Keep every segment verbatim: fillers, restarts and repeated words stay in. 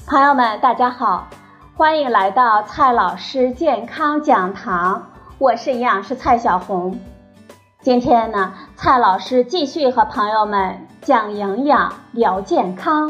朋友们，大家好，欢迎来到蔡老师健康讲堂，我是营养师蔡小红。今天呢，蔡老师继续和朋友们讲营养聊健康。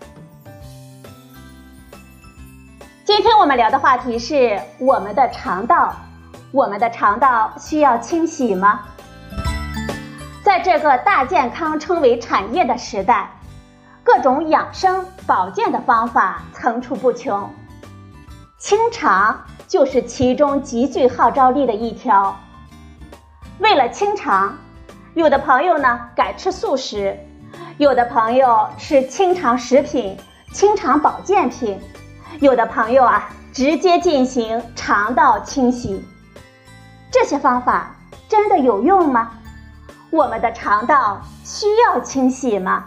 今天我们聊的话题是我们的肠道，我们的肠道需要清洗吗？在这个大健康称为产业的时代，各种养生保健的方法层出不穷，清肠就是其中极具号召力的一条。为了清肠，有的朋友呢改吃素食，有的朋友吃清肠食品、清肠保健品，有的朋友啊直接进行肠道清洗。这些方法真的有用吗？我们的肠道需要清洗吗？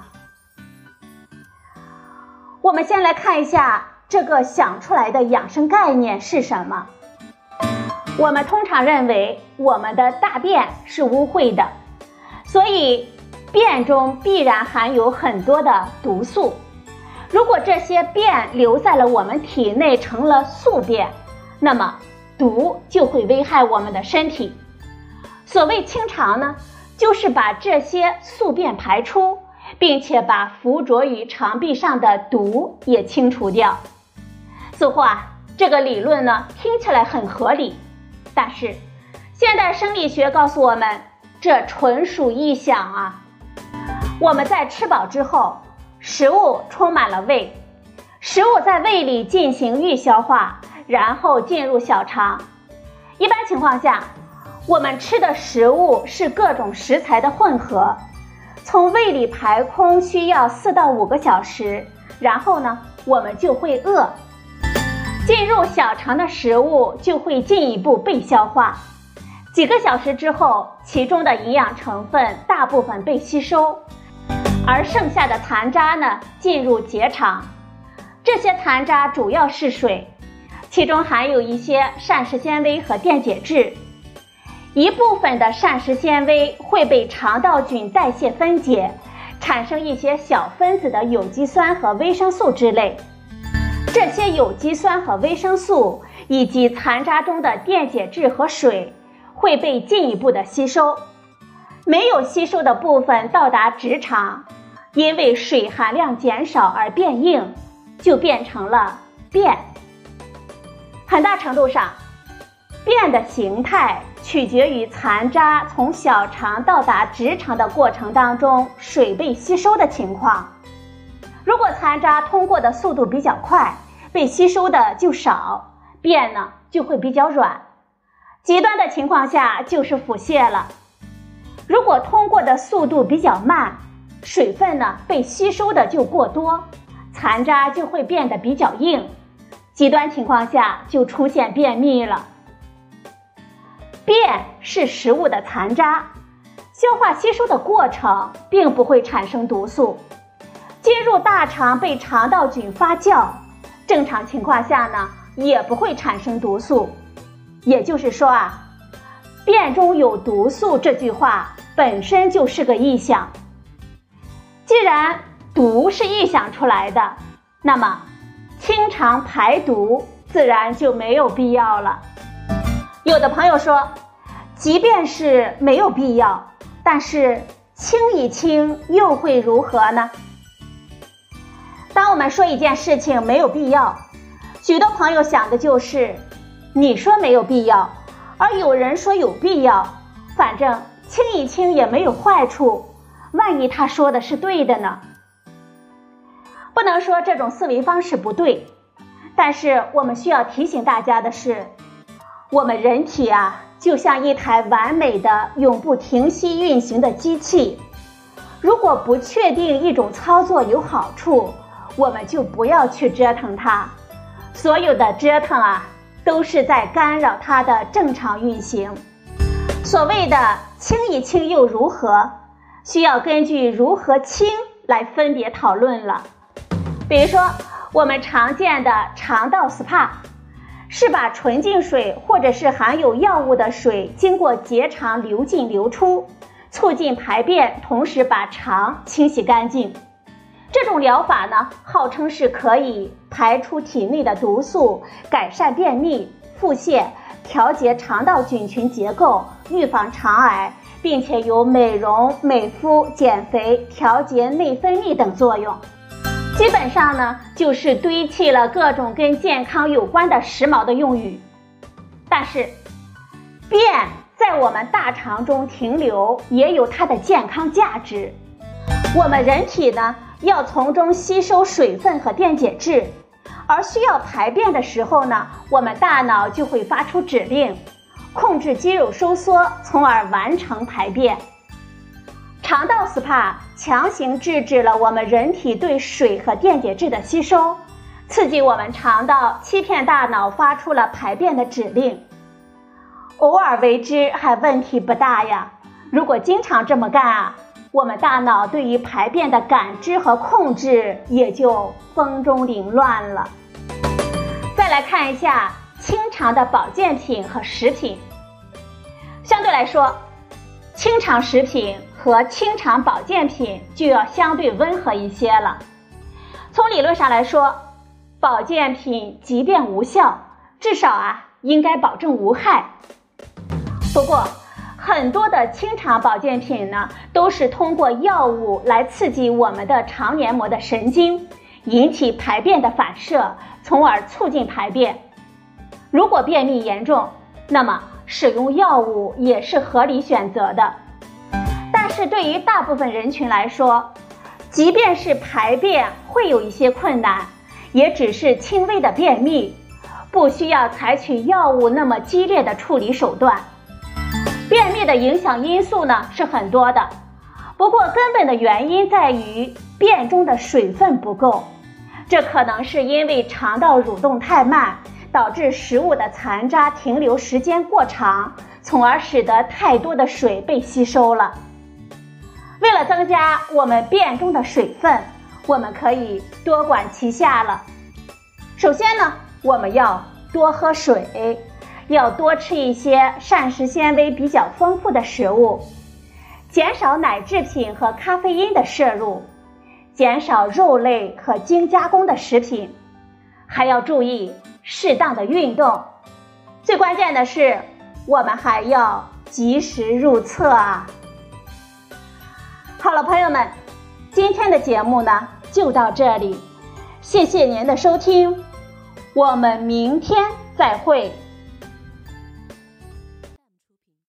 我们先来看一下这个想出来的养生概念是什么。我们通常认为我们的大便是污秽的，所以便中必然含有很多的毒素。如果这些便留在了我们体内成了宿便，那么毒就会危害我们的身体。所谓清肠呢，就是把这些宿便排出，并且把附着于肠壁上的毒也清除掉。似乎啊，这个理论呢听起来很合理，但是现代生理学告诉我们，这纯属臆想啊。我们在吃饱之后，食物充满了胃，食物在胃里进行预消化，然后进入小肠。一般情况下，我们吃的食物是各种食材的混合，从胃里排空需要四到五个小时，然后呢，我们就会饿。进入小肠的食物就会进一步被消化，几个小时之后，其中的营养成分大部分被吸收，而剩下的残渣呢，进入结肠。这些残渣主要是水，其中含有一些膳食纤维和电解质。一部分的膳食纤维会被肠道菌代谢分解，产生一些小分子的有机酸和维生素之类。这些有机酸和维生素以及残渣中的电解质和水会被进一步的吸收，没有吸收的部分到达直肠，因为水含量减少而变硬，就变成了便。很大程度上，便的形态取决于残渣从小肠到达直肠的过程当中水被吸收的情况。如果残渣通过的速度比较快，被吸收的就少，便呢就会比较软。极端的情况下就是腹泻了。如果通过的速度比较慢，水分呢被吸收的就过多，残渣就会变得比较硬。极端情况下就出现便秘了。便是食物的残渣，消化吸收的过程并不会产生毒素，进入大肠被肠道菌发酵，正常情况下呢也不会产生毒素。也就是说啊，便中有毒素这句话本身就是个臆想。既然毒是臆想出来的，那么清肠排毒自然就没有必要了。有的朋友说，即便是没有必要，但是清一清又会如何呢？当我们说一件事情没有必要，许多朋友想的就是你说没有必要，而有人说有必要，反正清一清也没有坏处，万一他说的是对的呢？不能说这种思维方式不对，但是我们需要提醒大家的是，我们人体啊，就像一台完美的永不停息运行的机器，如果不确定一种操作有好处，我们就不要去折腾它。所有的折腾啊，都是在干扰它的正常运行。所谓的清一清又如何，需要根据如何清来分别讨论了。比如说，我们常见的肠道 S P A，是把纯净水或者是含有药物的水经过结肠流进流出，促进排便，同时把肠清洗干净。 这种疗法呢，号称是可以排出体内的毒素，改善便秘、腹泻，调节肠道菌群结构，预防肠癌，并且有美容、美肤、减肥、调节内分泌等作用。基本上呢，就是堆砌了各种跟健康有关的时髦的用语。但是，便在我们大肠中停留，也有它的健康价值。我们人体呢，要从中吸收水分和电解质，而需要排便的时候呢，我们大脑就会发出指令，控制肌肉收缩，从而完成排便。肠道 S P A 强行制止了我们人体对水和电解质的吸收，刺激我们肠道，欺骗大脑发出了排便的指令。偶尔为之还问题不大呀，如果经常这么干啊，我们大脑对于排便的感知和控制也就风中凌乱了。再来看一下清肠的保健品和食品。相对来说，清肠食品和清肠保健品就要相对温和一些了。从理论上来说，保健品即便无效，至少啊应该保证无害。不过很多的清肠保健品呢，都是通过药物来刺激我们的肠黏膜的神经，引起排便的反射，从而促进排便。如果便秘严重，那么使用药物也是合理选择的。但是对于大部分人群来说，即便是排便会有一些困难，也只是轻微的便秘，不需要采取药物那么激烈的处理手段。便秘的影响因素呢是很多的，不过根本的原因在于便中的水分不够，这可能是因为肠道蠕动太慢，导致食物的残渣停留时间过长，从而使得太多的水被吸收了。为了增加我们便中的水分，我们可以多管齐下了。首先呢，我们要多喝水，要多吃一些膳食纤维比较丰富的食物，减少奶制品和咖啡因的摄入，减少肉类和精加工的食品，还要注意适当的运动。最关键的是，我们还要及时入厕啊！好了，朋友们，今天的节目呢就到这里，谢谢您的收听，我们明天再会。